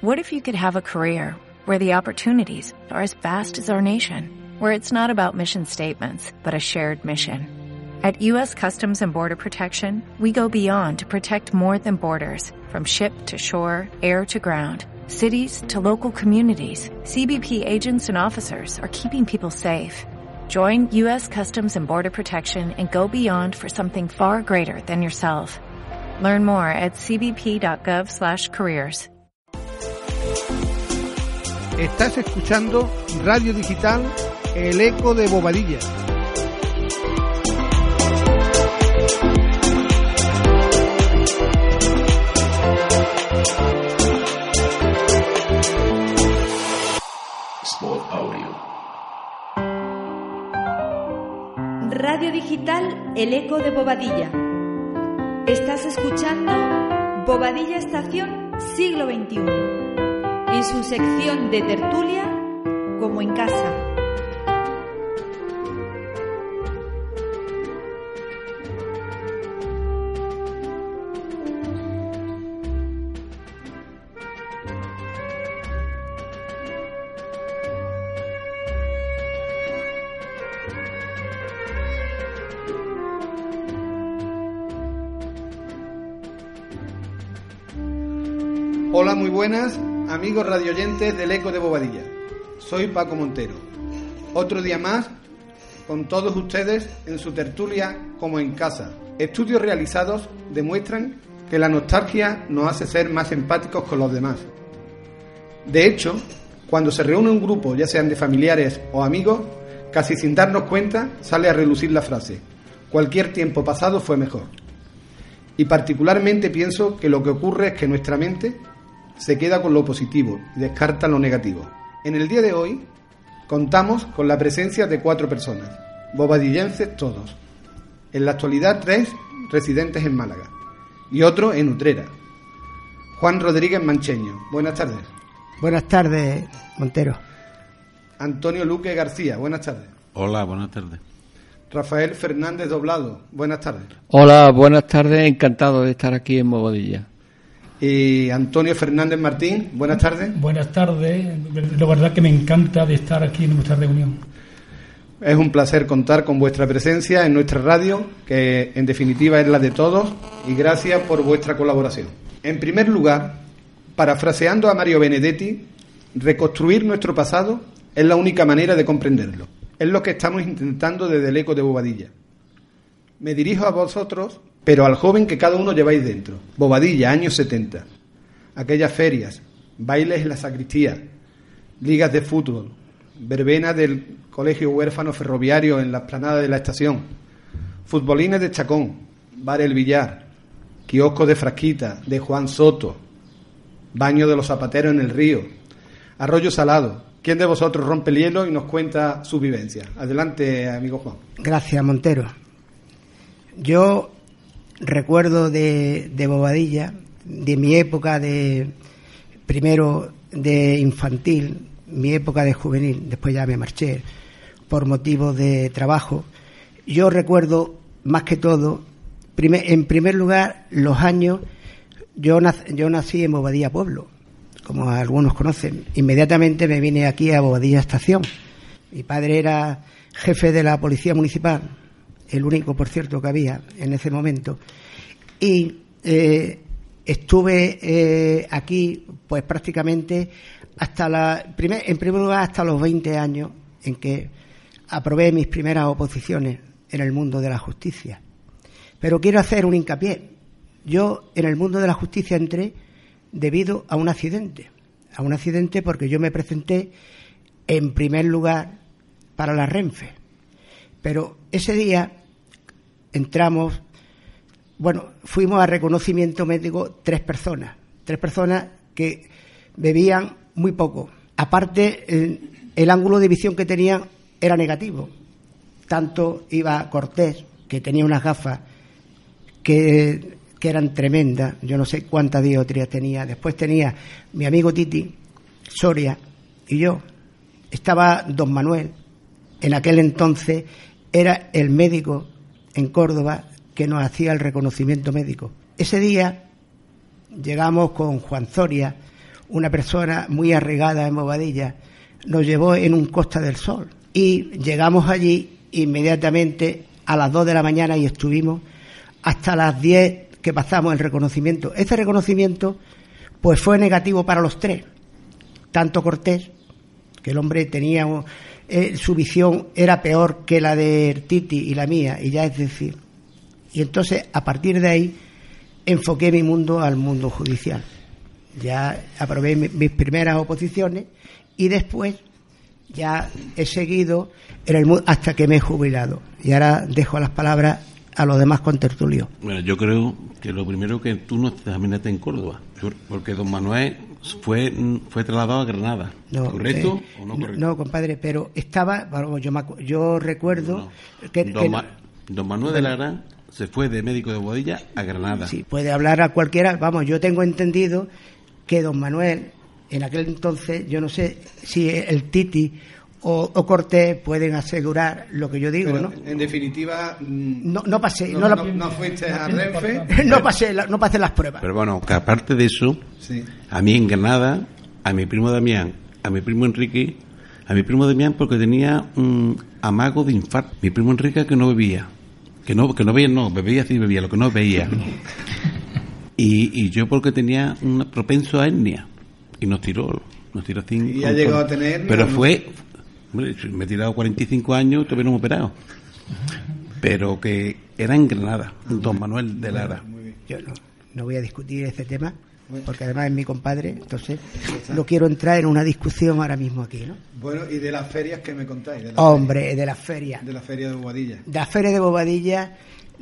What if you could have a career where the opportunities are as vast as our nation, where it's not about mission statements, but a shared mission? At U.S. Customs and Border Protection, we go beyond to protect more than borders, from ship to shore, air to ground, cities to local communities. CBP agents and officers are keeping people safe. Join U.S. Customs and Border Protection and go beyond for something far greater than yourself. Learn more at cbp.gov/careers. Estás escuchando Radio Digital, El Eco de Bobadilla. Spot Audio. Radio Digital, El Eco de Bobadilla. Estás escuchando Bobadilla Estación Siglo XXI, en su sección de tertulia, Como en Casa. Hola, muy buenas, amigos radioyentes del Eco de Bobadilla. Soy Paco Montero. Otro día más con todos ustedes en su tertulia Como en Casa. Estudios realizados demuestran que la nostalgia nos hace ser más empáticos con los demás. De hecho, cuando se reúne un grupo, ya sean de familiares o amigos, casi sin darnos cuenta sale a relucir la frase: cualquier tiempo pasado fue mejor. Y particularmente pienso que lo que ocurre es que nuestra mente se queda con lo positivo y descarta lo negativo. En el día de hoy contamos con la presencia de 4 personas, bobadillenses todos. En la actualidad 3 residentes en Málaga y otro en Utrera. Juan Rodríguez Mancheño, buenas tardes. Buenas tardes, Montero. Antonio Luque García, buenas tardes. Hola, buenas tardes. Rafael Fernández Doblado, buenas tardes. Hola, buenas tardes, encantado de estar aquí en Bobadilla. Y Antonio Fernández Martín, buenas tardes. Buenas tardes, la verdad que me encanta de estar aquí en nuestra reunión. Es un placer contar con vuestra presencia en nuestra radio, que en definitiva es la de todos, y gracias por vuestra colaboración. En primer lugar, parafraseando a Mario Benedetti, reconstruir nuestro pasado es la única manera de comprenderlo. Es lo que estamos intentando desde el Eco de Bobadilla. Me dirijo a vosotros, pero al joven que cada uno lleváis dentro. Bobadilla, años 70. Aquellas ferias, bailes en la sacristía, ligas de fútbol, verbenas del colegio huérfano ferroviario en la explanada de la estación, futbolines de Chacón, bar El Villar, kioscos de Frasquita, de Juan Soto, baño de los zapateros en el río, arroyo salado. ¿Quién de vosotros rompe el hielo y nos cuenta su vivencia? Adelante, amigo Juan. Gracias, Montero. Yo recuerdo de Bobadilla, de mi época primero de infantil, mi época de juvenil, después ya me marché por motivos de trabajo. Yo recuerdo más que todo, en primer lugar, los años. Yo nací en Bobadilla Pueblo, como algunos conocen. Inmediatamente me vine aquí a Bobadilla Estación. Mi padre era jefe de la Policía Municipal, el único, por cierto, que había en ese momento. Y estuve aquí, pues prácticamente en primer lugar, hasta los 20 años, en que aprobé mis primeras oposiciones en el mundo de la justicia. Pero quiero hacer un hincapié. Yo en el mundo de la justicia entré debido a un accidente porque yo me presenté en primer lugar para la Renfe. Pero ese día fuimos a reconocimiento médico 3 personas que bebían muy poco. Aparte, el ángulo de visión que tenían era negativo. Tanto iba Cortés, que tenía unas gafas que eran tremendas, yo no sé cuántas dioptrías tenía. Después tenía mi amigo Titi, Soria, y yo. Estaba don Manuel, en aquel entonces era el médico en Córdoba que nos hacía el reconocimiento médico. Ese día llegamos con Juan Zoria, una persona muy arraigada en Bobadilla, nos llevó en un Costa del Sol. Y llegamos allí inmediatamente a las 2 de la mañana y estuvimos hasta las 10 que pasamos el reconocimiento. Ese reconocimiento pues fue negativo para los tres. Tanto Cortés, que el hombre tenía su visión era peor que la de Titi y la mía, y ya es decir. Y entonces, a partir de ahí, enfoqué mi mundo al mundo judicial. Ya aprobé mis primeras oposiciones y después ya he seguido en el mundo hasta que me he jubilado. Y ahora dejo las palabras a los demás contertulios. Bueno, yo creo que lo primero que tú no examinaste en Córdoba, porque don Manuel fue trasladado a Granada, ¿correcto o no correcto? No, compadre, pero estaba, yo recuerdo que don Manuel de Lara se fue de médico de Bobadilla a Granada. Sí, puede hablar a cualquiera, yo tengo entendido que don Manuel, en aquel entonces, yo no sé si el Titi o Cortés pueden asegurar lo que yo digo, pero, ¿no? En definitiva, no pasé, no fuiste a Renfe, no pasé las pruebas. Pero bueno, que aparte de eso, sí. A mí en Granada, a mi primo Damián, a mi primo Enrique, a mi primo Damián porque tenía un amago de infarto, mi primo Enrique que no bebía, bebía sí bebía, lo que no veía, y yo porque tenía un propenso a hernia y nos tiró 5. Y ya llegó a tener, pero hombre, me he tirado 45 años y todavía no me he operado. Pero que era en Granada, don Manuel de Lara. Yo no voy a discutir este tema, porque además es mi compadre, entonces no quiero entrar en una discusión ahora mismo aquí, ¿no? Bueno, ¿y de las ferias qué me contáis? De las ferias. De la feria de Bobadilla. De la feria de Bobadilla,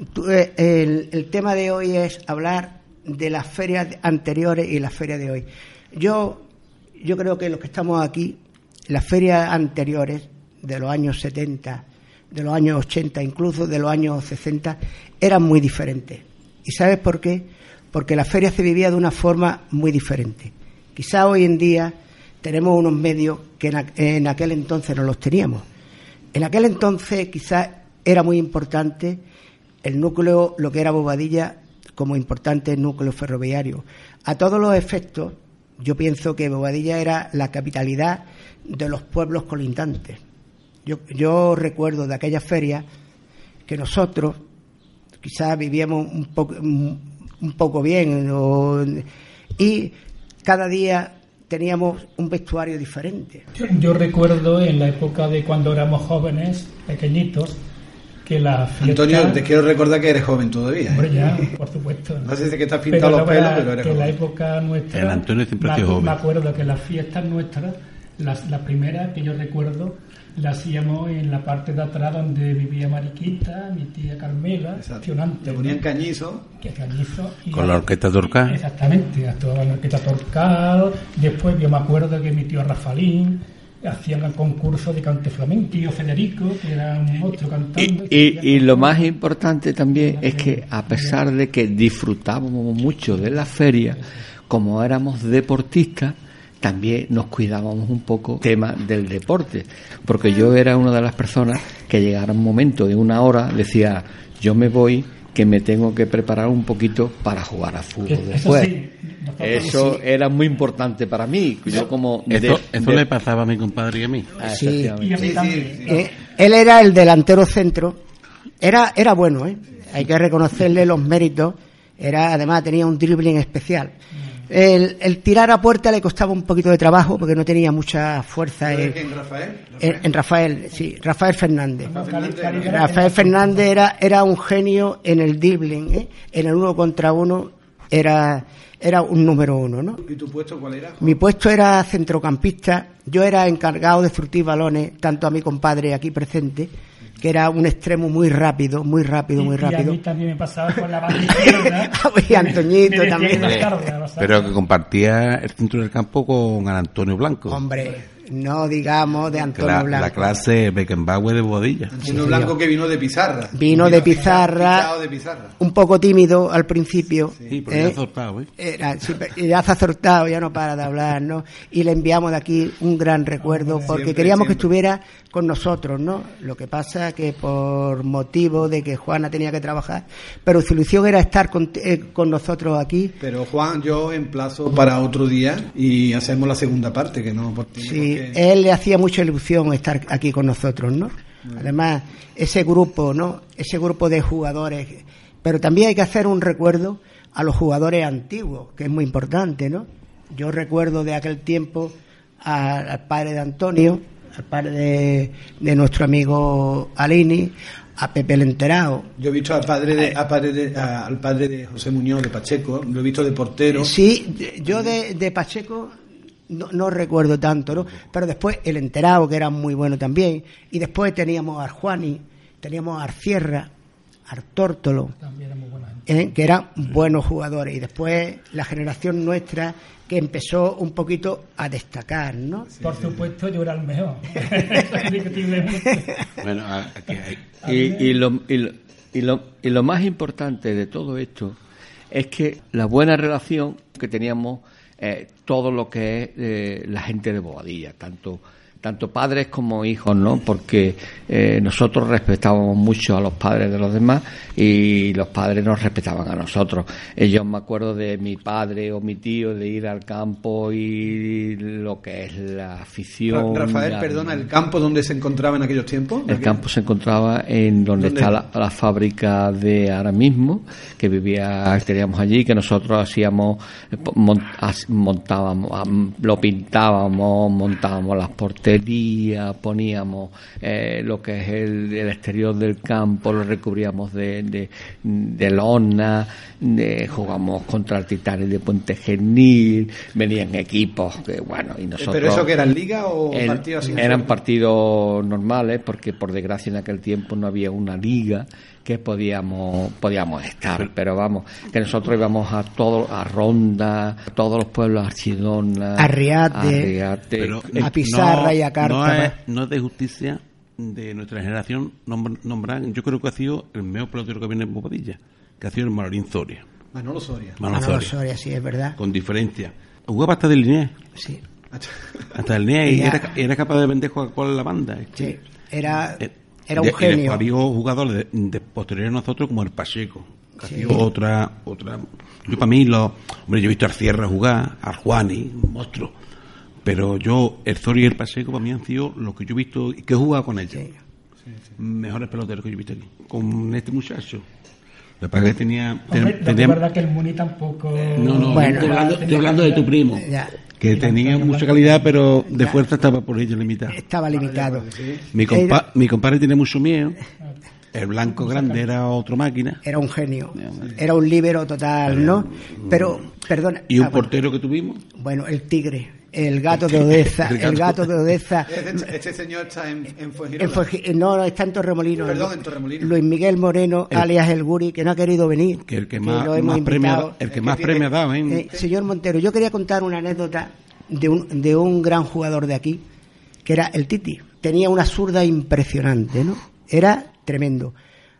el tema de hoy es hablar de las ferias anteriores y las ferias de hoy. Yo creo que los que estamos aquí, las ferias anteriores, de los años 70, de los años 80, incluso de los años 60, eran muy diferentes. ¿Y sabes por qué? Porque la feria se vivía de una forma muy diferente. Quizá hoy en día tenemos unos medios que en aquel entonces no los teníamos. En aquel entonces quizás era muy importante el núcleo, lo que era Bobadilla, como importante núcleo ferroviario. A todos los efectos, yo pienso que Bobadilla era la capitalidad de los pueblos colindantes. Yo recuerdo de aquella feria que nosotros quizás vivíamos un poco bien y cada día teníamos un vestuario diferente. Yo recuerdo en la época de cuando éramos jóvenes, pequeñitos, que la fiesta... Antonio, te quiero recordar que eres joven todavía. Hombre, ya, por supuesto. No sé si que estás pintado los pelos, pero eres joven. En la época nuestra... El Antonio siempre ha sido joven. Me acuerdo que las fiestas nuestras, la primera que yo recuerdo, la hacíamos en la parte de atrás donde vivía Mariquita, mi tía Carmela, Te ponían cañizo. Con la orquesta Torcal. Exactamente, a toda la orquesta Torcal. Después yo me acuerdo que mi tío Rafalín hacían el concurso de cante flamenco, tío Federico, que era un monstruo cantando. Y lo más importante también es que, a pesar de que disfrutábamos mucho de la feria, como éramos deportistas, también nos cuidábamos un poco el tema del deporte, porque yo era una de las personas que llegara un momento de una hora, decía, yo me voy, que me tengo que preparar un poquito para jugar a fútbol después. Eso era muy importante para mí. Yo como eso le pasaba a mi compadre y a mí. Sí. Y a mí también. Él era el delantero centro. Era bueno, hay que reconocerle los méritos. Además tenía un dribbling especial. El tirar a puerta le costaba un poquito de trabajo porque no tenía mucha fuerza. ¿En Rafael? En Rafael, sí, Rafael Fernández. Rafael Fernández era un genio en el dribbling, en el 1 contra 1 era un número 1, ¿no? ¿Y tu puesto cuál era? Mi puesto era centrocampista. Yo era encargado de surtir balones tanto a mi compadre aquí presente, que era un extremo muy rápido. Y a mí también me pasaba con la banda izquierda. Y Antoñito también. Pero que compartía el centro del campo con Antonio Blanco. Hombre, No digamos de Antonio Blanco. La clase Beckenbauer de Bobadilla. Antonio Blanco, que vino de pizarra. Vino de pizarra, un poco tímido al principio. Sí, pero ya azortado, ya se ha azortado, ya no para de hablar, ¿no? Y le enviamos de aquí un gran recuerdo, porque queríamos que estuviera con nosotros, ¿no? Lo que pasa que por motivo de que Juana tenía que trabajar, pero su ilusión era estar con nosotros aquí. Pero Juan, yo emplazo para otro día y hacemos la segunda parte, que no por ti. Sí, él le hacía mucha ilusión estar aquí con nosotros, ¿no? Además, ese grupo, ¿no? Ese grupo de jugadores. Pero también hay que hacer un recuerdo a los jugadores antiguos, que es muy importante, ¿no? Yo recuerdo de aquel tiempo al padre de Antonio, al padre de nuestro amigo Alini, a Pepe el Enterado. Yo he visto al padre de José Muñoz, de Pacheco, lo he visto de portero. Sí, yo de Pacheco no recuerdo tanto, ¿no? Pero después el Enterado, que era muy bueno también, y después teníamos a Arjuani, teníamos a Arcierra, a Tórtolo, que eran buenos jugadores, y después la generación nuestra que empezó un poquito a destacar, ¿no? Por supuesto, yo era el mejor. Bueno, y lo más importante de todo esto es que la buena relación que teníamos todo lo que es la gente de Bobadilla, tanto padres como hijos, ¿no? Porque nosotros respetábamos mucho a los padres de los demás y los padres nos respetaban a nosotros. Yo me acuerdo de mi padre o mi tío de ir al campo y lo que es la afición. Rafael, perdona, ¿el campo donde se encontraba en aquellos tiempos? El campo se encontraba en donde está la fábrica de ahora mismo, que teníamos allí, que nosotros hacíamos, montábamos, lo pintábamos, montábamos las porterías, poníamos lo que es el exterior del campo, lo recubríamos de lona, jugamos contra el Titanes de Puente Genil, venían equipos que, bueno, y nosotros... ¿Pero eso que eran liga o partidos así? Eran partidos normales, porque por desgracia en aquel tiempo no había una liga que podíamos estar, pero vamos, que nosotros íbamos a Ronda, a todos los pueblos, a Archidona, a Riate, a Pizarra y a Cártama. No es de justicia de nuestra generación nombrar, yo creo que ha sido el mejor pelotero que viene en Bobadilla, que ha sido el Manolín Soria. Manolo Soria, sí, es verdad. Con diferencia. Jugaba hasta del Linés. Sí. Hasta del Linés y era capaz de vender Coca-Cola en la banda. Sí, era un genio. Había jugadores de posteriores a nosotros como el Pacheco, que ha sido otra. Yo para mí, yo he visto a Arcierra jugar, a Arjuani, un monstruo. Pero el Soria y el Pacheco para mí han sido los que yo he visto y que he jugado con ellos. Sí. Mejores peloteros que yo he visto aquí. Con este muchacho. Lo que pasa es que tenía... Es verdad que el Muni tampoco... No, bueno, estoy hablando de tu primo. Ya. Que tenía mucha calidad, pero de fuerza estaba por ello limitado. Estaba limitado. Mi compadre tiene mucho miedo. El Blanco Grande era otro máquina. Era un genio. Era un líbero total, ¿no? Pero, perdona. ¿Y un portero que tuvimos? Bueno, el Tigre. El gato de Odeza. El gato de Odeza. Este señor está en Fuengirola. No, está en Torremolinos. Perdón, en Torremolinos. Luis Miguel Moreno, alias El Guri, que no ha querido venir. El que más premio ha dado, ¿eh? Señor Montero, yo quería contar una anécdota de un gran jugador de aquí, que era el Titi. Tenía una zurda impresionante, ¿no? Era tremendo.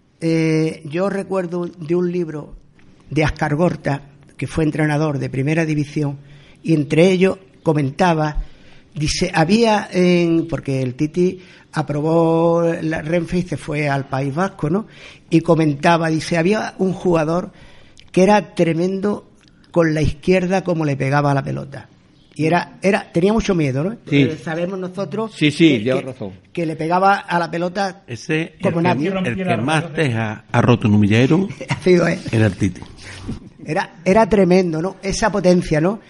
Yo recuerdo de un libro de Ascar Gorta, que fue entrenador de primera división, y entre ellos comentaba, dice, porque el Titi aprobó la Renfe y se fue al País Vasco, ¿no? Y comentaba, dice, había un jugador que era tremendo con la izquierda como le pegaba a la pelota. Y tenía mucho miedo, ¿no? Sí. Sabemos nosotros lleva razón. Que le pegaba a la pelota como nadie. El que más teja ha roto en un milladero era el Titi. Era tremendo, ¿no? Esa potencia, ¿no?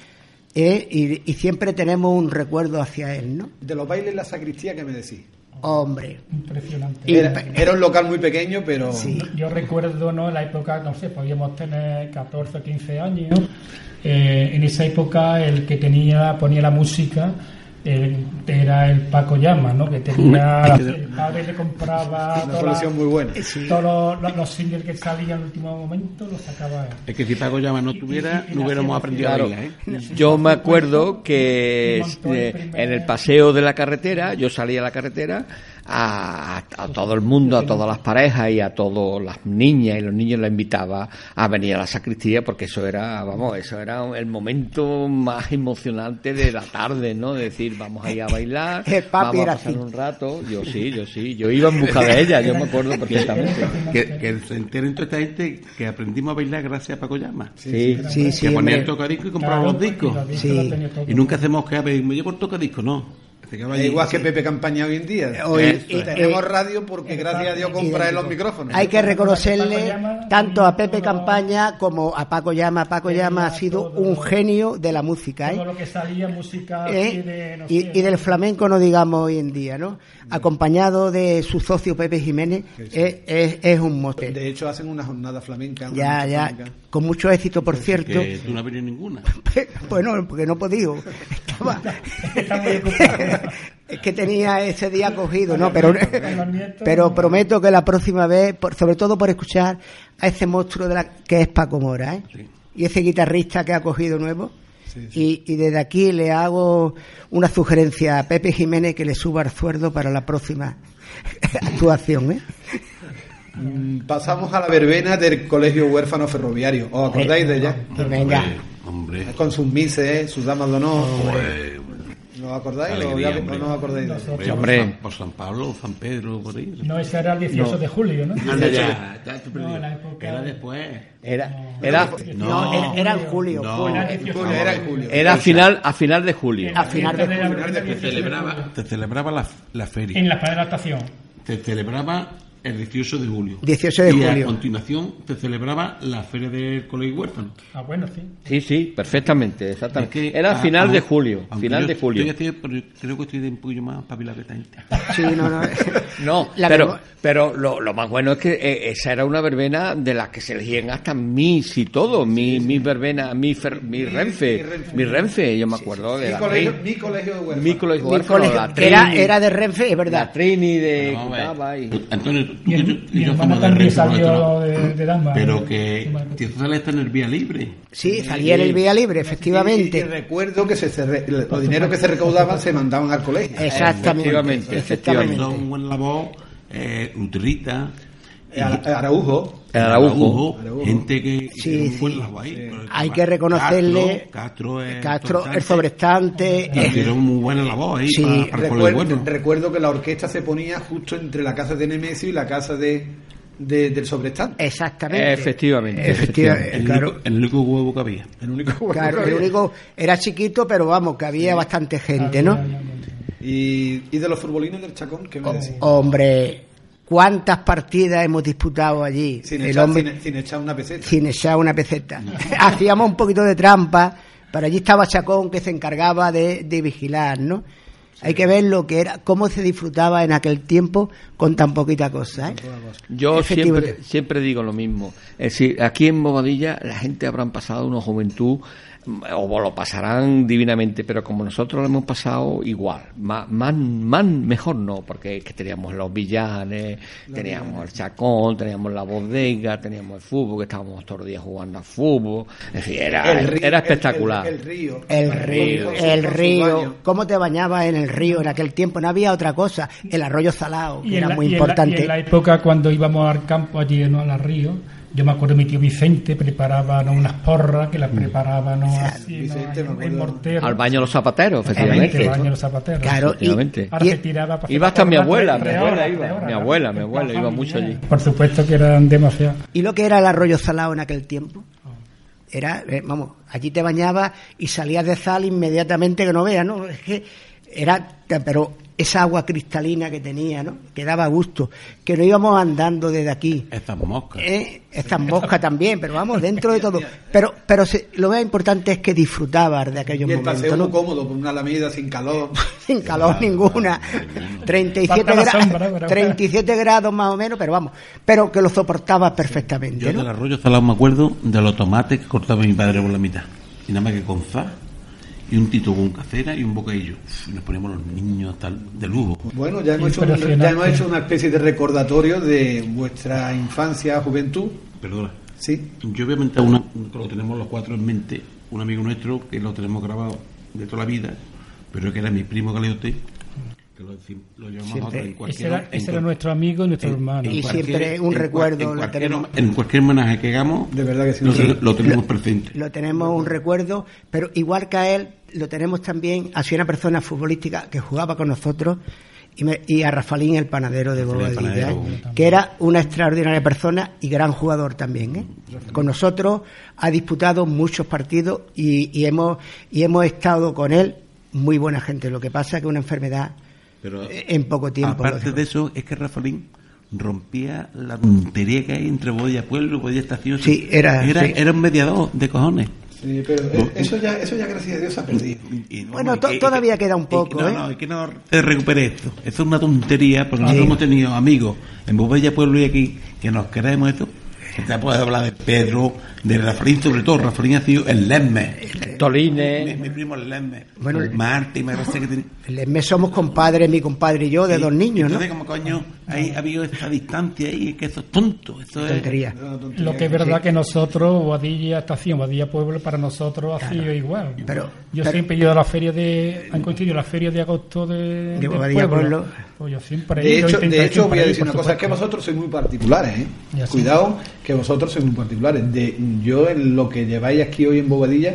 Y siempre tenemos un recuerdo hacia él, ¿no? De los bailes en la sacristía, ¿qué me decís? Hombre. Impresionante. Era un local muy pequeño, pero... Sí. Yo recuerdo, ¿no? La época, no sé, podíamos tener 14 o 15 años. En esa época el que ponía la música era el Paco Llama, ¿no? Que tenía el padre le compraba una colección muy buena. Todos los singles que salían en el último momento los sacaba él. Es que si Paco Llama no tuviera, no hubiéramos aprendido a bailar, ¿eh? Yo me acuerdo que en el paseo de la carretera, yo salía a la carretera a todo el mundo, a todas las parejas y a todas las niñas y los niños les invitaba a venir a la sacristía, porque eso era el momento más emocionante de la tarde, ¿no? De decir, vamos a ir a bailar, vamos a pasar un rato. Yo iba en busca de ella, yo me acuerdo perfectamente. Que se enteren toda esta gente que aprendimos a bailar gracias a Paco Llama. Sí, que ponía el tocadisco y compraba los discos. Sí. Y nunca hacemos que me llevo el tocadisco, no. Igual que Pepe Campaña hoy en día. Tenemos radio porque gracias a Dios compra los micrófonos. Hay que reconocerle tanto a Pepe Campaña como a Paco Llama. Paco Llama ha sido un genio de la música, todo lo que salía música y del flamenco, no digamos hoy en día, ¿no? Acompañado de su socio Pepe Jiménez, es un monstruo. De hecho hacen una jornada flamenca. Ya, con mucho éxito, por cierto. Que tú no has venido ninguna. Bueno, porque no he podido. Está muy ocupado. Es que tenía ese día cogido, ¿no? Pero prometo que la próxima vez, sobre todo por escuchar a ese monstruo que es Paco Mora, ¿eh? Sí. Y ese guitarrista que ha cogido nuevo. Sí. Y desde aquí le hago una sugerencia a Pepe Jiménez que le suba el sueldo para la próxima actuación, ¿eh? Pasamos a la verbena del Colegio Huérfano Ferroviario. ¿Os acordáis de ella? Venga. Hombre. Con sus mises, sus damas de honor. ¿No os acordáis? Alegría, ¿O no os acordáis de eso? Hombre. Por San Pablo, San Pedro, por ahí. No, ese era el 18 de julio, ¿no? Anda ya, Era después. Era en julio. Era en julio. Era a final de julio. A final de julio. Se celebraba la feria. En la Plaza de la Estación. Se celebraba el 18 de julio. 18 de julio. Y a continuación se celebraba la feria del Colegio Huérfano. Ah, bueno, sí. Sí, perfectamente, exactamente. Es que, era final de julio. Final de julio. Creo que estoy de un poquillo más papilar que esta gente. Sí, no. No, pero lo más bueno es que esa era una verbena de las que se elegían hasta mis y todo. Mi verbena, mi Renfe. Yo me acuerdo de la mi colegio de Huérfano. Mi colegio de Huérfano. Era de Renfe, es verdad. La Trini de Antonio, mi hermano también salió de Dama. Pero que Tío Sala está en el vía libre. Sí, salía en el vía libre, efectivamente. Y recuerdo que los dineros que se recaudaban se mandaban al colegio. Efectivamente. Son buen labor, Utrita, Araujo, gente que sí. buen labor ahí. Hay que reconocerle Castro el sobrestante. Hicieron muy buena labor ahí. Sí, recuerdo que la orquesta se ponía justo entre la casa de Nemesio y la casa del sobrestante. Exactamente. Efectivamente. Claro. El único huevo que había. El único era chiquito, pero vamos, que había bastante gente, ¿no? Y de los futbolinos del Chacón, ¿qué me decís? Hombre, ¿cuántas partidas hemos disputado allí? Sin echar una peseta. Sin echar una peseta. Hacíamos un poquito de trampa, pero allí estaba Chacón, que se encargaba de vigilar, ¿no? Sí. Hay que ver lo que era, cómo se disfrutaba en aquel tiempo con tan poquita cosa, ¿eh? Yo siempre digo lo mismo. Es decir, aquí en Bobadilla la gente habrán pasado una juventud, o lo pasarán divinamente, pero como nosotros lo hemos pasado igual, mejor no, porque es que teníamos los Villanes, teníamos el Chacón, teníamos la bodega, teníamos el fútbol, que estábamos todos los días jugando al fútbol, es decir, era espectacular. El río, cómo te bañabas en el río en aquel tiempo, no había otra cosa, el arroyo salado, que era muy importante. Y en la época cuando íbamos al campo allí, ¿no? Al río, yo me acuerdo de mi tío Vicente, preparaban unas porras que las preparaban así, en mortero. Al baño de los zapateros, efectivamente. Al baño de los zapateros. Claro, iba hasta mi abuela iba mucho allí. Por supuesto que eran demasiado. ¿Y lo que era el arroyo salado en aquel tiempo? Era, allí te bañabas y salías de sal inmediatamente, que no veas, ¿no? Es que pero esa agua cristalina que tenía, ¿no? Que daba gusto, que no íbamos andando desde aquí. Estas moscas. Estas moscas también, pero vamos, dentro de todo. Pero lo más importante es que disfrutabas de aquellos momentos. Y el paseo muy cómodo, por una alameda sin calor. Sin calor ninguna. 37 grados más o menos, pero vamos. Pero que lo soportabas perfectamente, Yo ¿no? del arroyo salado me acuerdo de los tomates que cortaba mi padre por la mitad. Y nada más que con sal y un tito con casera y un bocadillo. Y nos poníamos los niños tal de lujo. Bueno, ya hemos hecho una especie de recordatorio de vuestra infancia, juventud. Perdona. Sí. Yo voy a mentar una, que lo tenemos los cuatro en mente, un amigo nuestro que lo tenemos grabado de toda la vida, pero que era mi primo Galeote, que lo llevamos nosotros en cualquier... Ese era nuestro amigo y nuestro hermano. Y siempre un recuerdo lo tenemos. En cualquier homenaje que hagamos, de verdad que sí, lo tenemos presente. Lo tenemos un recuerdo, pero igual que a él, lo tenemos también a una persona futbolística que jugaba con nosotros, y a Rafalín, el panadero de Bobadilla, que era una extraordinaria persona y gran jugador también, ¿eh? Con nosotros ha disputado muchos partidos y hemos estado con él, muy buena gente. Lo que pasa es que una enfermedad, pero en poco tiempo. Aparte de eso, es que Rafalín rompía la tontería que hay entre Bobadilla Pueblo y Bobadilla Estación. Sí, era un mediador de cojones. Sí, pero eso ya gracias a Dios se ha perdido. Bueno, todavía queda un poco, es que no recupere esto. Esto es una tontería, porque nosotros hemos tenido amigos en Bobadilla Pueblo y aquí que nos queremos esto. Te puedes hablar de Pedro, de Rafalín, sobre todo. Rafalín ha sido el Lesme, Tolines, mi primo el Lesme, bueno, Marta y Marcela, que tiene... El Lesme somos compadres, mi compadre y yo, de dos niños, ¿no? Entonces, como coño, ha habido esta distancia ahí, que eso es tonto, eso es tontería. Lo que es verdad que nosotros, Bobadilla Estación, Bobadilla Pueblo, para nosotros ha sido igual. Yo siempre he ido a la feria han coincidido la feria de agosto de Bobadilla Pueblo. Pues yo siempre de hecho voy a decir una cosa, es que vosotros sois muy particulares, ¿eh? Cuidado, que vosotros sois muy particulares. Yo en lo que lleváis aquí hoy en Bobadilla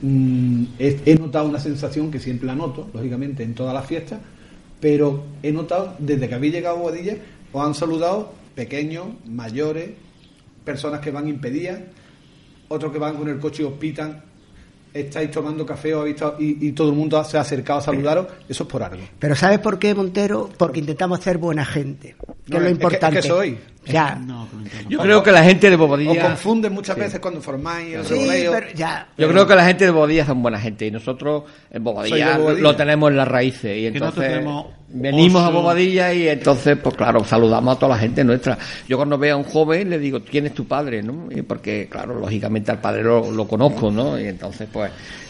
he notado una sensación que siempre la noto, lógicamente, en todas las fiestas, pero he notado, desde que habéis llegado a Bobadilla, os han saludado pequeños, mayores, personas que van impedidas, otros que van con el coche y os pitan, estáis tomando café o habéis estado, y todo el mundo se ha acercado a saludaros. Eso es por algo. Pero ¿sabes por qué, Montero? Porque intentamos ser buena gente, que es lo importante. Es que soy. Ya. Yo creo que la gente de Bobadilla... Os confunden muchas veces cuando formáis el revoleo. Pero ya. Yo creo que la gente de Bobadilla son buena gente y nosotros en Bobadilla lo tenemos en las raíces y entonces venimos a Bobadilla y entonces, pues claro, saludamos a toda la gente nuestra. Yo cuando veo a un joven le digo, ¿quién es tu padre? ¿No? Y porque, claro, lógicamente al padre lo conozco, ¿no? Y entonces, pues,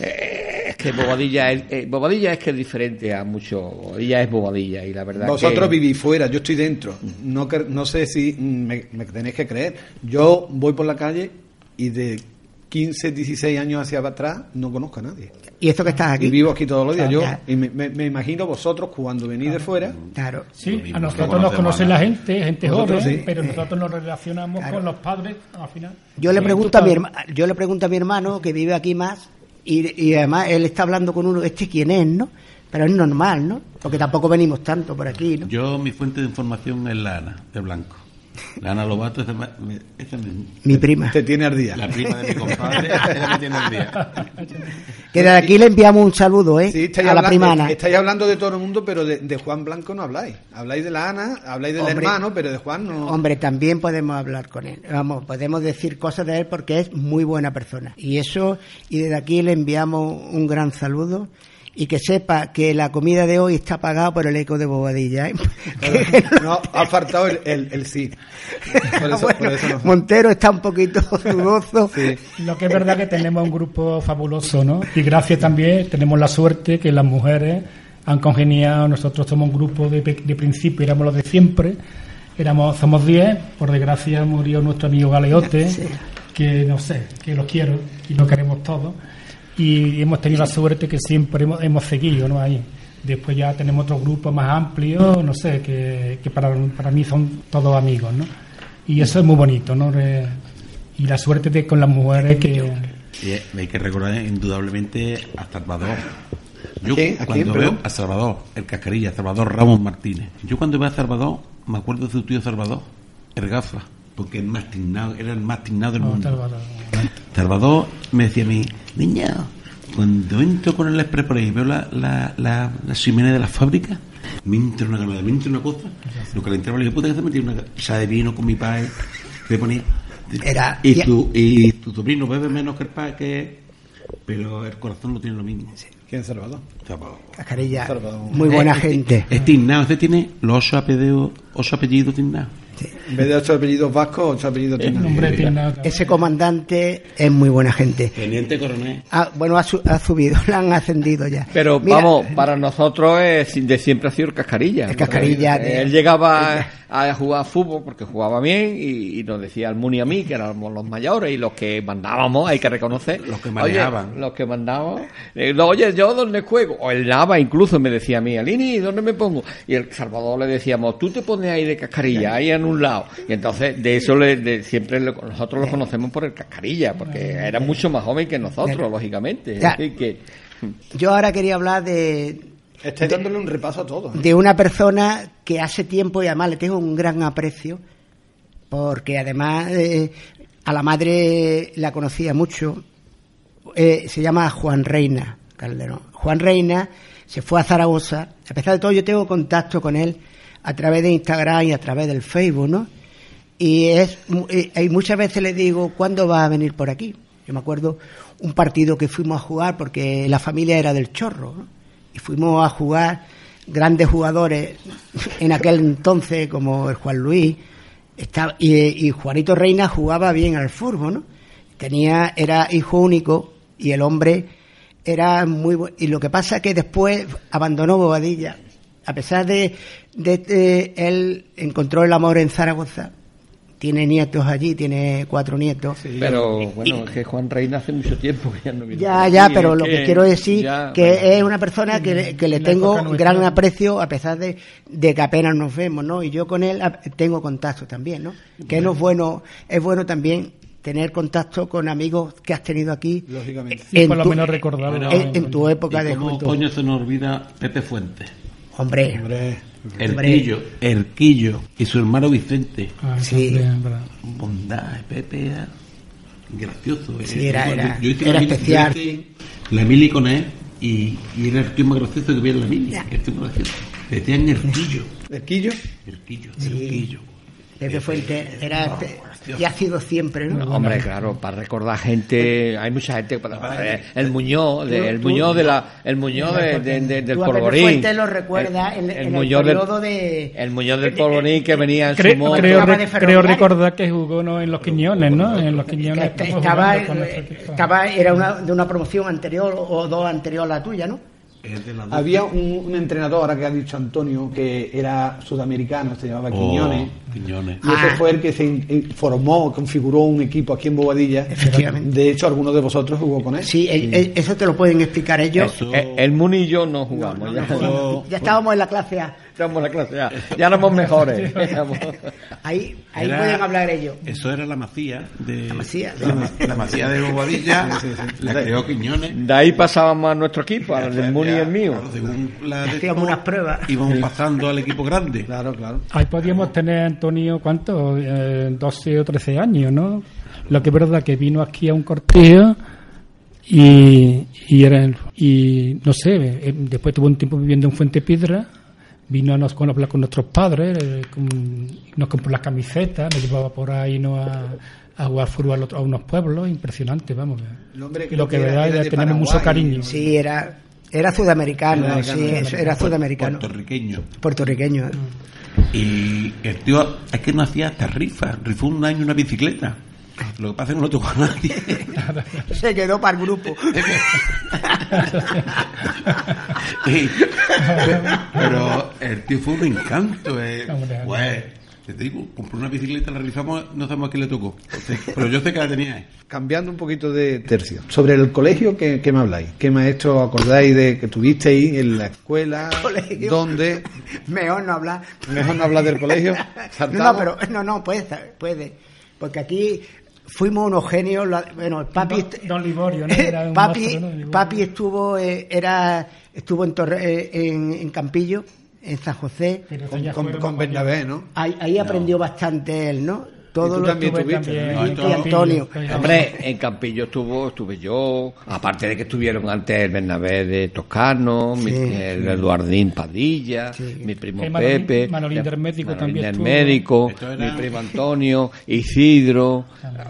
es que Bobadilla es que es diferente a mucho. Bobadilla es Bobadilla y la verdad vosotros vivís fuera, yo estoy dentro. No sé si me tenéis que creer. Yo voy por la calle y de 15, 16 años hacia atrás no conozco a nadie. ¿Y esto que estás aquí? Y vivo aquí todos los días. Y me imagino vosotros cuando venís de fuera. Claro. Sí, a nosotros nos conoce la gente joven, sí, pero nosotros nos relacionamos con los padres al final. Yo le pregunto a mi hermano que vive aquí más y además él está hablando con uno, quién es, ¿no? Pero es normal, ¿no? Porque tampoco venimos tanto por aquí, ¿no? Yo, mi fuente de información es la Ana, de Blanco. La Ana Lobato es mi prima. Te tiene ardía. La prima de mi compadre, ella me tiene ardía. Que de aquí le enviamos un saludo, sí, a la prima Ana. Estáis hablando de todo el mundo, pero de Juan Blanco no habláis. Habláis de la Ana, habláis del hermano, pero de Juan no. Hombre, también podemos hablar con él. Vamos, podemos decir cosas de él porque es muy buena persona. Y desde aquí le enviamos un gran saludo. Y que sepa que la comida de hoy está pagada por el Eco de Bobadilla, ¿eh? No, ha faltado el sí. Por eso no. Montero está un poquito dudoso. Sí. Lo que es verdad que tenemos un grupo fabuloso, ¿no? Y gracias también, tenemos la suerte que las mujeres han congeniado. Nosotros somos un grupo de principio, éramos los de siempre. Somos 10, por desgracia murió nuestro amigo Galeote, sí. Que no sé, que lo quiero y lo queremos todos. Y hemos tenido la suerte que siempre hemos seguido, ¿no? Ahí. Después ya tenemos otros grupos más amplios, no sé, que para mí son todos amigos, ¿no? Y eso es muy bonito, ¿no? Y la suerte con las mujeres que... Y hay que recordar indudablemente a Salvador. Yo ¿A cuando veo a Salvador, el Cascarilla, Salvador Ramos Martínez. Yo cuando veo a Salvador, me acuerdo de su tío Salvador, el Gafa, porque era el más tignado del mundo. Salvador me decía a mí, niña, cuando entro con el Express por ahí, veo la chimenea de la fábrica, me entra una calada, me entra una cosa, lo calentaba, le digo, puta que se metía una casa de vino con mi padre, me ponía, y tu sobrino bebe menos que el padre, pero el corazón lo tiene lo mismo. ¿Quién es Salvador? Cascarilla, muy buena gente. Es tignado, tiene los 8 apellidos tignados. En vez de 8 apellidos vascos, 8 apellidos tienes. Ese comandante es muy buena gente. Teniente coronel. Bueno, ha subido, le han ascendido ya. Pero mira, vamos, para nosotros de siempre ha sido el Cascarilla. El Cascarilla. Él llegaba a jugar fútbol porque jugaba bien y nos decía al Muni a mí, que éramos los mayores y los que mandábamos, hay que reconocer. Los que manejaban. Oye, los que mandábamos. Oye, ¿yo dónde juego? O el Nava incluso me decía a mí, Alini, ¿dónde me pongo? Y el Salvador le decíamos, tú te pones ahí de Cascarilla, ahí en un lado. Y entonces de eso siempre nosotros lo conocemos por el Cascarilla, porque era mucho más joven que nosotros, lógicamente. Así que... Yo ahora quería hablar de... Estoy dándole un repaso a todo. De una persona que hace tiempo, y además le tengo un gran aprecio, porque además a la madre la conocía mucho. Se llama Juan Reina Calderón. Juan Reina se fue a Zaragoza. A pesar de todo, yo tengo contacto con él a través de Instagram y a través del Facebook, ¿no? Y muchas veces le digo, ¿cuándo va a venir por aquí? Yo me acuerdo un partido que fuimos a jugar porque la familia era del Chorro, ¿no? Y fuimos a jugar grandes jugadores en aquel entonces como el Juan Luis y Juanito Reina jugaba bien al fútbol, ¿no? Era hijo único y el hombre era muy bueno. Y lo que pasa es que después abandonó Bobadilla. A pesar de él encontró el amor en Zaragoza. Tiene nietos allí, tiene 4 nietos. Sí, pero bueno, es que Juan Reina hace mucho tiempo que ya no viene. Ya, pero lo que quiero decir que es una persona que le tengo gran aprecio a pesar de que apenas nos vemos, ¿no? Y yo con él tengo contacto también, ¿no? Que es bueno también tener contacto con amigos que has tenido aquí. Lógicamente. Sí, por lo menos recordarlo. En tu época de juventud. ¿Cómo coño se nos olvida Pepe Fuentes? Hombre. Erquillo y su hermano Vicente. Sí. Bondad, Pepe era gracioso. Sí, era especial. La mili con él y era el tío más gracioso que había en la mili. El tío más gracioso. Le decían Erquillo. ¿Erquillo? Erquillo. Pepe Fuentes era y ha sido siempre, ¿no? Hombre, claro, para recordar gente, hay mucha gente, el Muñoz del Polvorín. Pepe Fuentes lo recuerda en el periodo de... El Muñoz del Polvorín que venía en su moto. Creo recordar que jugó en Los Quiñones, ¿no? En Los Quiñones era de una promoción anterior o 2 anterior a la tuya, ¿no? Había un entrenador, ahora que ha dicho Antonio, que era sudamericano, se llamaba Quiñones. Y ese fue el que se configuró un equipo aquí en Bobadilla. Efectivamente. De hecho, algunos de vosotros jugó con él. Sí, eso te lo pueden explicar ellos. El Muni y yo no jugamos. Ya estábamos en la clase A. Estamos en la clase A. Ya éramos mejores. Ahí pueden hablar ellos. Eso era la Macía de... La Macía de Bobadilla. La creó Quiñones. De ahí pasábamos a nuestro equipo, al del Muni y el mío. Hacíamos unas pruebas. Íbamos pasando al equipo grande. Claro. Ahí podíamos tener, Antonio, ¿cuántos? 12 o 13 años, ¿no? Lo que es verdad que vino aquí a un cortejo y no sé, después tuvo un tiempo viviendo en Fuente Piedra. Vino a hablar con nuestros padres, nos compró las camisetas, nos llevaba por ahí a jugar fútbol a unos pueblos, impresionante, vamos. Lo que verdad es que tenemos mucho cariño. Sí, era sudamericano, era sudamericano. Puertorriqueño. Y el tío, es que no hacía hasta rifó un año una bicicleta. Lo que pasa es que no lo tocó a nadie. Se quedó para el grupo. Pero el tío fue un encanto. Te digo, compró una bicicleta, la rifamos, no sabemos a quién le tocó. Pero yo sé que la tenía. Cambiando un poquito de tercio. Sobre el colegio, ¿qué me habláis? ¿Qué maestro acordáis de que tuvisteis en la escuela? ¿Colegio? ¿Dónde? Mejor no hablar. ¿Mejor no hablar del colegio? No, puede. Porque aquí fuimos unos genios. Bueno, el papi... Don Liborio, ¿no? Era un papi estuvo en Campillo, en San José. Con Bernabé, ¿no? Ahí aprendió bastante él, ¿no? Todos los también Estuve tuviste, también ¿no? y Antonio. Hombre, en Campillo estuve yo, aparte de que estuvieron antes el Bernabé de Toscano, Sí. el Eduardín Padilla, Sí. mi primo El Pepe, Manolín del Médico Manolín también del estuvo. Médico, Esto era- mi primo Antonio, Isidro.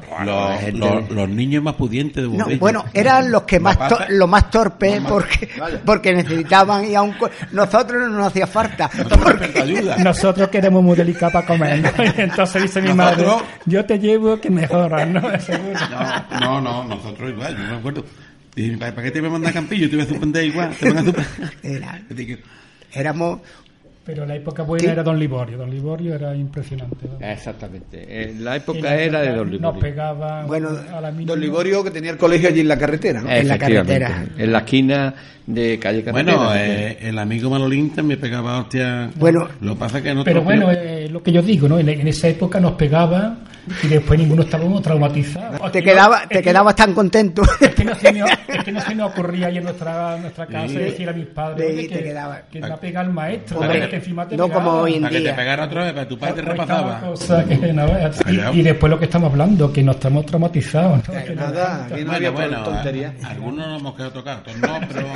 Los niños más pudientes de No, Bobadilla. bueno, eran los que más pasa- los más torpes Vaya. porque necesitaban ir a un nosotros no nos hacía falta. Perfecta ayuda. Nosotros queremos muy delicados para comer, ¿no? Y entonces dice mi madre, Nosotros- yo te llevo que mejoras, ¿no? Seguro. No, nosotros igual, yo me acuerdo. Dije, ¿para qué te voy a mandar a Campillo? Te voy a suspender igual, te van a suspender. Era- Así que, éramos Pero la época buena ¿Qué? era Don Liborio. Don Liborio era impresionante, ¿no? Exactamente. La Y la época era de Don Nos Liborio. pegaban Bueno, a la mínima. Don Liborio, que tenía el colegio allí en la carretera, ¿no? en la Efectivamente, carretera. en la esquina de calle Carretera. bueno, el amigo Manolín también pegaba hostia. Bueno, Lo que pasa es que no Pero bueno, lo que yo digo, ¿no? En esa época nos pegaba y después ninguno estábamos traumatizados. te quedabas tan contento. Es que no se me ocurría ahí en nuestra casa Sí. decir a mis padres Sí, oye, te quedaba. que me ha pegado el maestro, Hombre, ¿sabes? Que encima te no pegaba. como hoy en para que te día. pegara otra vez, para tu padre te Pues cada repasaba. cosa que, no veas. Callao. Y después lo que estamos hablando, que nos estamos traumatizados, ¿no? Que Nada, aquí no había tontería. Algunos nos hemos quedado tocados, otros no, pero...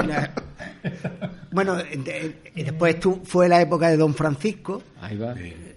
Bueno, después fue la época de Don Francisco. Ahí va.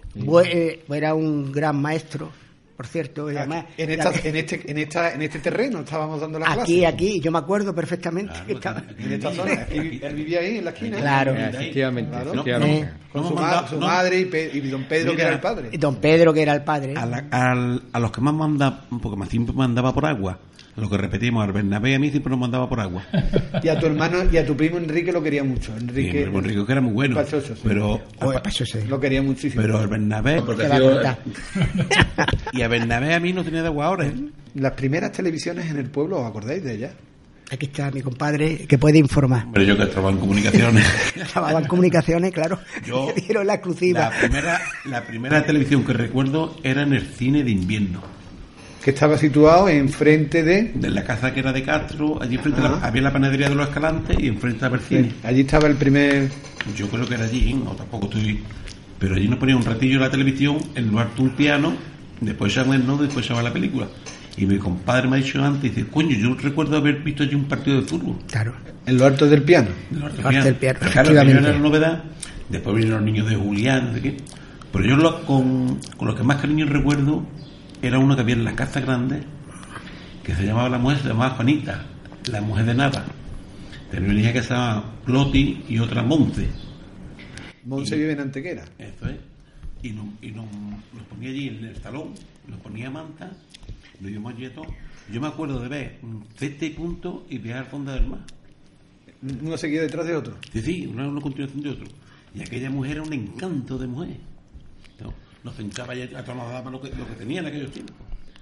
Era un gran maestro, por cierto. Y además, En este terreno estábamos dando la aquí, clase. yo me acuerdo perfectamente que estaba. En esta zona. Él vivía ahí, en la esquina. Claro. Efectivamente, Claro. efectivamente. Con No su, hemos mandado- su no. madre y don Pedro, que Mira. era el padre. Don Pedro, que era el padre. A los que más mandaba, porque más siempre mandaba por agua, lo que repetimos, al Bernabé y a mí siempre nos mandaba por agua. Y a tu hermano y a tu primo Enrique lo quería mucho. Y Enrique Enrique que era muy bueno, Pachoso, sí. pero Oye, pa' eso sí. lo quería muchísimo. pero el Bernabé, porque Te va a contar. y a Bernabé a mí no tenía de agua ahora, ¿eh? Las primeras televisiones en el pueblo, ¿os acordáis de ellas? Aquí está mi compadre que puede informar. Pero yo que trabajo en comunicaciones. Trabajaba en comunicaciones, claro. Yo- Me dieron la exclusiva. La primera televisión que recuerdo era en el cine de invierno. Que estaba situado enfrente De la casa que era de Castro, allí frente había la panadería de los Escalantes y enfrente estaba el cine. Allí estaba el primer... Yo creo que era allí, no tampoco estoy. Pero allí nos ponía un ratillo la televisión, en lugar de un piano, después echaba el nodo, después echaba la película. Y mi compadre me ha dicho antes, dice, coño, yo recuerdo haber visto allí un partido de fútbol. Claro. En lo alto del piano. En el Arte del piano, Claro, efectivamente. primero era la novedad, después vinieron los niños de Julián, no sé qué. Pero yo con lo que más cariño recuerdo era uno que había en la casa grande, que se llamaba se llamaba Juanita, la mujer de Nava. Tenía una hija que se llamaba Loti y otra Monce. Monse vive en Antequera. Eso es. Y nos ponía allí en el salón, nos ponía manta, nos íbamos allí a todos. Yo me acuerdo de ver este punto y viajar al fondo del mar. Uno seguía detrás de otro. Sí, una continuación de otro. Y aquella mujer era un encanto de mujer. ¿No? Nos sentaba y a todos nos daba lo que tenía en aquellos tiempos.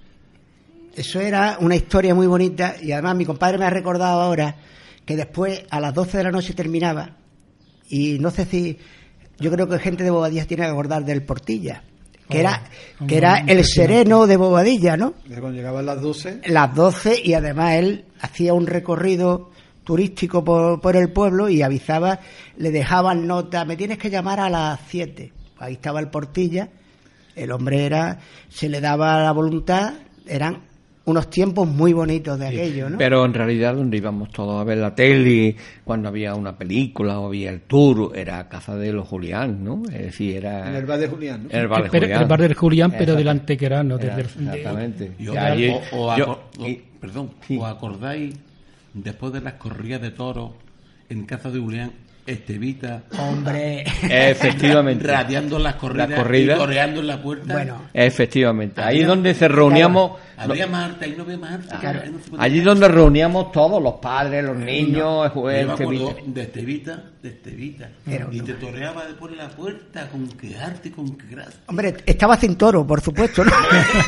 Eso era una historia muy bonita y además mi compadre me ha recordado ahora que después a las 12 de la noche terminaba y no sé si yo creo que gente de Bobadilla tiene que acordar del Portilla que era el sereno de Bobadilla, ¿no? Cuando llegaban las 12, Las 12 y además él hacía un recorrido turístico por el pueblo y avisaba, le dejaban nota, me tienes que llamar a las 7. Ahí estaba el Portilla, el hombre se le daba la voluntad, eran unos tiempos muy bonitos de aquello, ¿no? Pero en realidad donde íbamos todos a ver la tele, cuando había una película o había el tour, era casa de los Julián, ¿no? Es decir, era... en el bar de Julián, ¿no? En el bar de Pero Julián. el bar del Julián, pero Exacto. del Antequerano. Exactamente. Y Y allí- perdón, Sí. ¿os acordáis después de las corridas de toros en casa de Julián, Estevita Hombre, Efectivamente. radiando las corridas, Las corridas. y toreando en la puerta? bueno, Efectivamente. Ahí Había- donde se reuníamos... Había Marta y no había Marta. Claro. Ahí no se podía- Allí donde reuníamos todos, los padres, los niños, Yo me jueces, acuerdo de Estevita. Era Y un te toreaba después en la puerta con qué arte, con qué gracia. hombre, estaba sin toro, por supuesto, ¿no?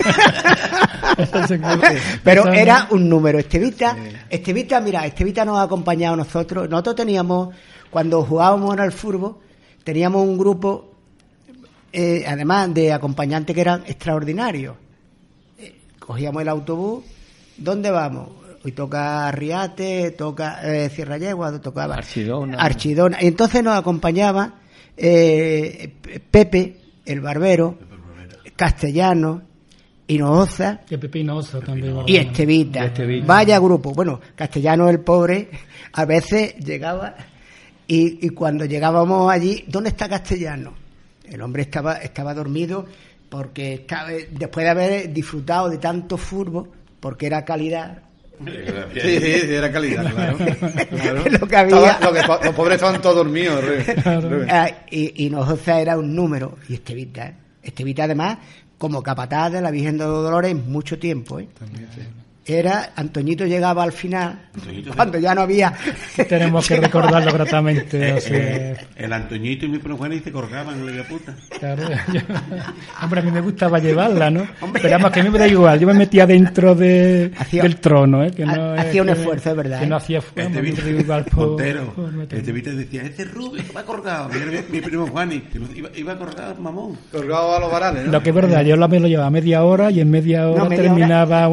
Pero era un número. Estevita, mira, Estevita nos ha acompañado a nosotros. Nosotros teníamos, cuando jugábamos al fútbol, teníamos un grupo, además de acompañantes que eran extraordinarios. Cogíamos el autobús, ¿dónde vamos? Hoy toca Arriate, toca Sierra Yegua, tocaba Archidona. Y entonces nos acompañaba Pepe, el barbero, Castellano, Hinojosa Y Pepe Hinojosa también. y Estevita. Vaya grupo. Bueno, Castellano el pobre a veces llegaba y cuando llegábamos allí, ¿dónde está Castellano? El hombre estaba dormido porque después de haber disfrutado de tanto furbo, porque era calidad. Sí, era calidad, claro. Lo que había. Los pobres estaban todos dormidos. Y Hinojosa era un número. Y Estevita además como capataz de la Virgen de los Dolores mucho tiempo, ¿eh? También, sí. Era Antoñito llegaba al final cuando ya no había. Tenemos que recordarlo gratamente. El Antoñito y mi primo Juan se colgaban en la puta. Claro, hombre, a mí me gustaba llevarla, ¿no? Pero además que a mí me da igual, yo me metía dentro del trono, que no hacía un esfuerzo, es verdad. Que no hacía Montero, Estevita decía, este Rubio va colgado, mi primo Juani, iba colgado, mamón. Colgado a los varales, ¿no? Lo que es verdad, yo me lo llevaba media hora y en media hora terminaba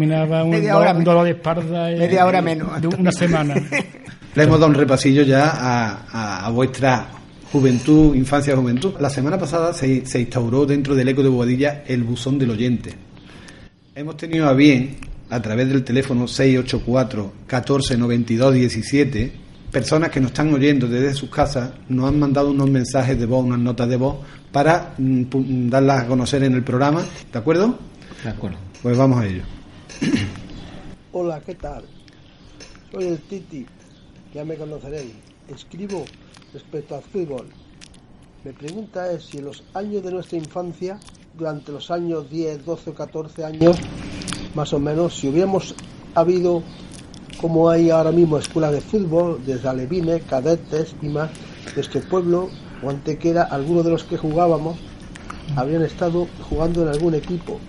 un dolor de espalda. Media hora menos. De una semana. Le hemos dado un repasillo ya a vuestra juventud, infancia y juventud. La semana pasada se instauró dentro del Eco de Bobadilla el buzón del oyente. Hemos tenido a bien, a través del teléfono 684 14 92 17, personas que nos están oyendo desde sus casas nos han mandado unos mensajes de voz, unas notas de voz para darlas a conocer en el programa. ¿De acuerdo? De acuerdo. Pues vamos a ello. Hola, ¿qué tal? Soy el Titi, ya me conoceréis. Escribo respecto al fútbol. Mi pregunta es si en los años de nuestra infancia, durante los años 10, 12 o 14 años, más o menos, si hubiéramos habido, como hay ahora mismo, escuelas de fútbol, desde alevines, cadetes y más, nuestro pueblo o Antequera, algunos de los que jugábamos, habrían estado jugando en algún equipo.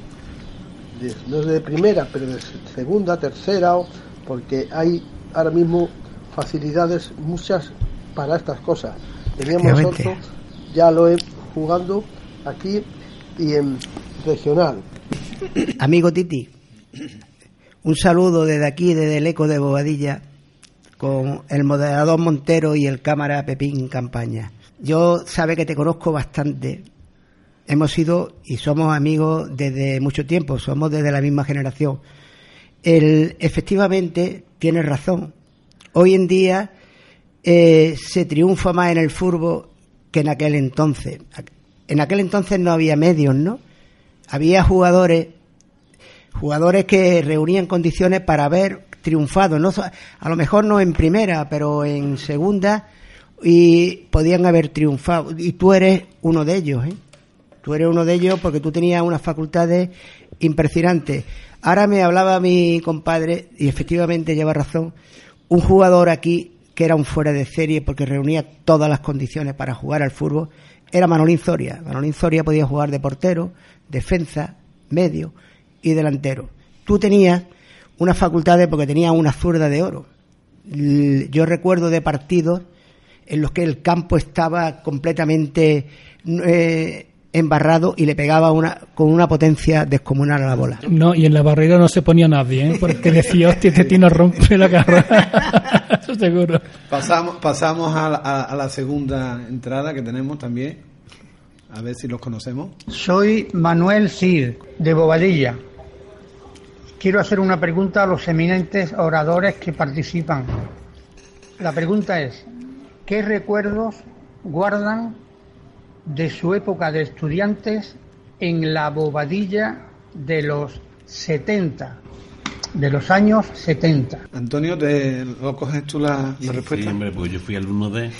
No de primera, pero de segunda, tercera, porque hay ahora mismo facilidades muchas para estas cosas. Teníamos nosotros, ya lo he jugando aquí y en regional. Amigo Titi, un saludo desde aquí, desde el Eco de Bobadilla, con el moderador Montero y el cámara Pepín Campaña. Yo sabe que te conozco bastante. Hemos sido y somos amigos desde mucho tiempo, somos desde la misma generación. Efectivamente, tienes razón. Hoy en día se triunfa más en el fútbol que en aquel entonces. En aquel entonces no había medios, ¿no? Había jugadores que reunían condiciones para haber triunfado, ¿no? A lo mejor no en primera, pero en segunda, y podían haber triunfado. Y tú eres uno de ellos, ¿eh? Tú eres uno de ellos porque tú tenías unas facultades impresionantes. Ahora me hablaba mi compadre, y efectivamente lleva razón, un jugador aquí que era un fuera de serie porque reunía todas las condiciones para jugar al fútbol, era Manolín Zoria. Manolín Zoria podía jugar de portero, defensa, medio y delantero. Tú tenías unas facultades porque tenías una zurda de oro. Yo recuerdo de partidos en los que el campo estaba completamente embarrado y le pegaba con una potencia descomunal a la bola. No, y en la barrera no se ponía nadie, porque decía, hostia, este tío nos rompe la carrera. Eso seguro. Pasamos a la segunda entrada que tenemos también. A ver si los conocemos. Soy Manuel Cid, de Bobadilla. Quiero hacer una pregunta a los eminentes oradores que participan. La pregunta es, ¿qué recuerdos guardan de su época de estudiantes en la Bobadilla de los 70, de los años 70? Antonio, ¿lo coges tú la respuesta? Sí, hombre, pues yo fui alumno de...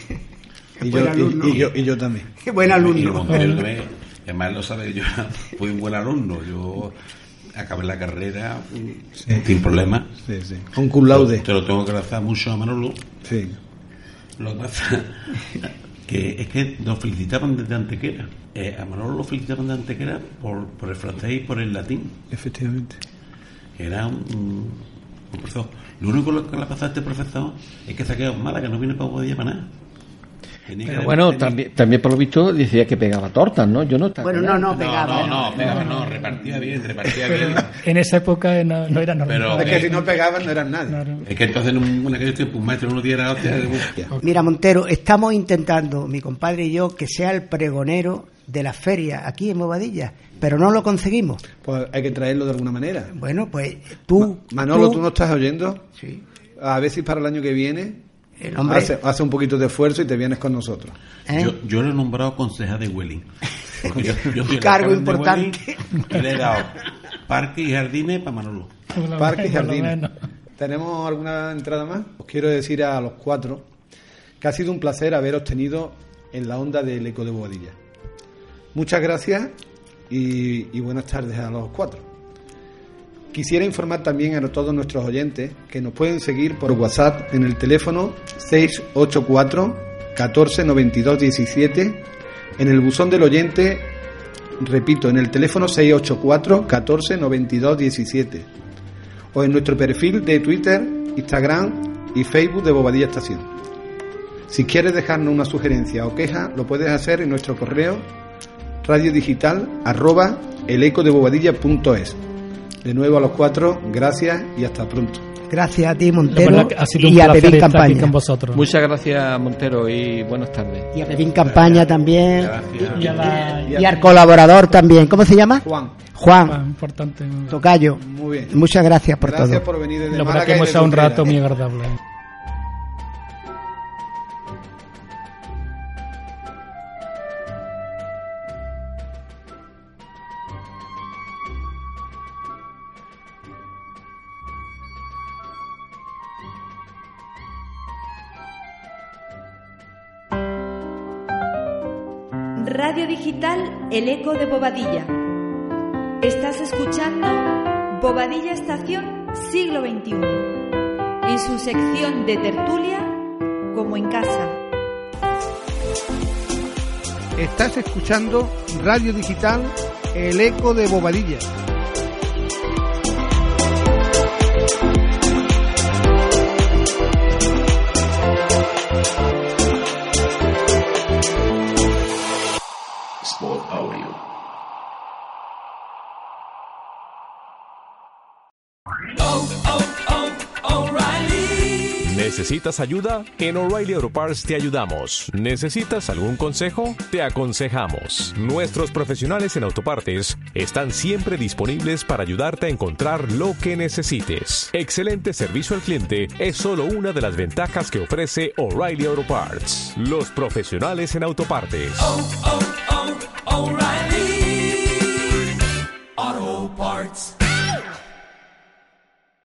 Y yo también. Qué buen alumno. Además lo sabes, yo fui un buen alumno. Yo acabé la carrera sin problema. Sí, sí. Con cum laude. Te lo tengo que agradecer mucho a Manolo. Sí. Lo que pasa que es que nos felicitaban desde Antequera. A Manolo lo felicitaban de Antequera por el francés y por el latín. Efectivamente. Era un profesor. Lo único que le pasa a este profesor es que se ha quedado mala, que no viene para Bobadilla para nada. Pero bueno, también por lo visto decía que pegaba tortas, ¿no? Yo no estaba. Bueno, no pegaba. No, repartía bien. En esa época no era normal. Pero es que si no pegaban no eran nada. Claro. Es que entonces en aquellos tiempos un maestro no diera hostia de búsqueda. Mira, Montero, estamos intentando, mi compadre y yo, que sea el pregonero de la feria aquí en Bobadilla, pero no lo conseguimos. Pues hay que traerlo de alguna manera. Bueno, pues tú... Manolo, ¿tú no estás oyendo? Sí. A ver si para el año que viene hombre, hace un poquito de esfuerzo y te vienes con nosotros. Yo lo he nombrado concejal de Huelín. Yo soy el cargo alcalde importante. de Huelín y le he dado parques y jardines para Manolo. Parques y jardines. ¿Tenemos alguna entrada más? Os quiero decir a los 4 que ha sido un placer haberos tenido en la onda del Eco de Bobadilla. Muchas gracias y buenas tardes a los 4. Quisiera informar también a todos nuestros oyentes que nos pueden seguir por WhatsApp en el teléfono 684 14 92 17, en el buzón del oyente, repito, en el teléfono 684 14 92 17, o en nuestro perfil de Twitter, Instagram y Facebook de Bobadilla Estación. Si quieres dejarnos una sugerencia o queja, lo puedes hacer en nuestro correo radiodigital@elecodebobadilla.es. De nuevo a los 4, gracias y hasta pronto. Gracias a ti, Montero, ha sido y un a placer Pepín estar aquí Campaña. con vosotros. Muchas gracias, Montero, y buenas tardes. Y a Pepín Campaña también. Gracias. Y al colaborador también. ¿Cómo se llama? Juan. Importante. Tocayo. Muy bien. Muchas gracias por Gracias todo. por venir desde La verdad Málaga que y hemos de estado un Utrera. rato muy agradable. Radio Digital El Eco de Bobadilla. Estás escuchando Bobadilla Estación Siglo XXI, en su sección de tertulia Como en Casa. Estás escuchando Radio Digital El Eco de Bobadilla. Sport Audio. ¿Necesitas ayuda? En O'Reilly Auto Parts te ayudamos. ¿Necesitas algún consejo? Te aconsejamos. Nuestros profesionales en autopartes están siempre disponibles para ayudarte a encontrar lo que necesites. Excelente servicio al cliente es solo una de las ventajas que ofrece O'Reilly Auto Parts. Los profesionales en autopartes.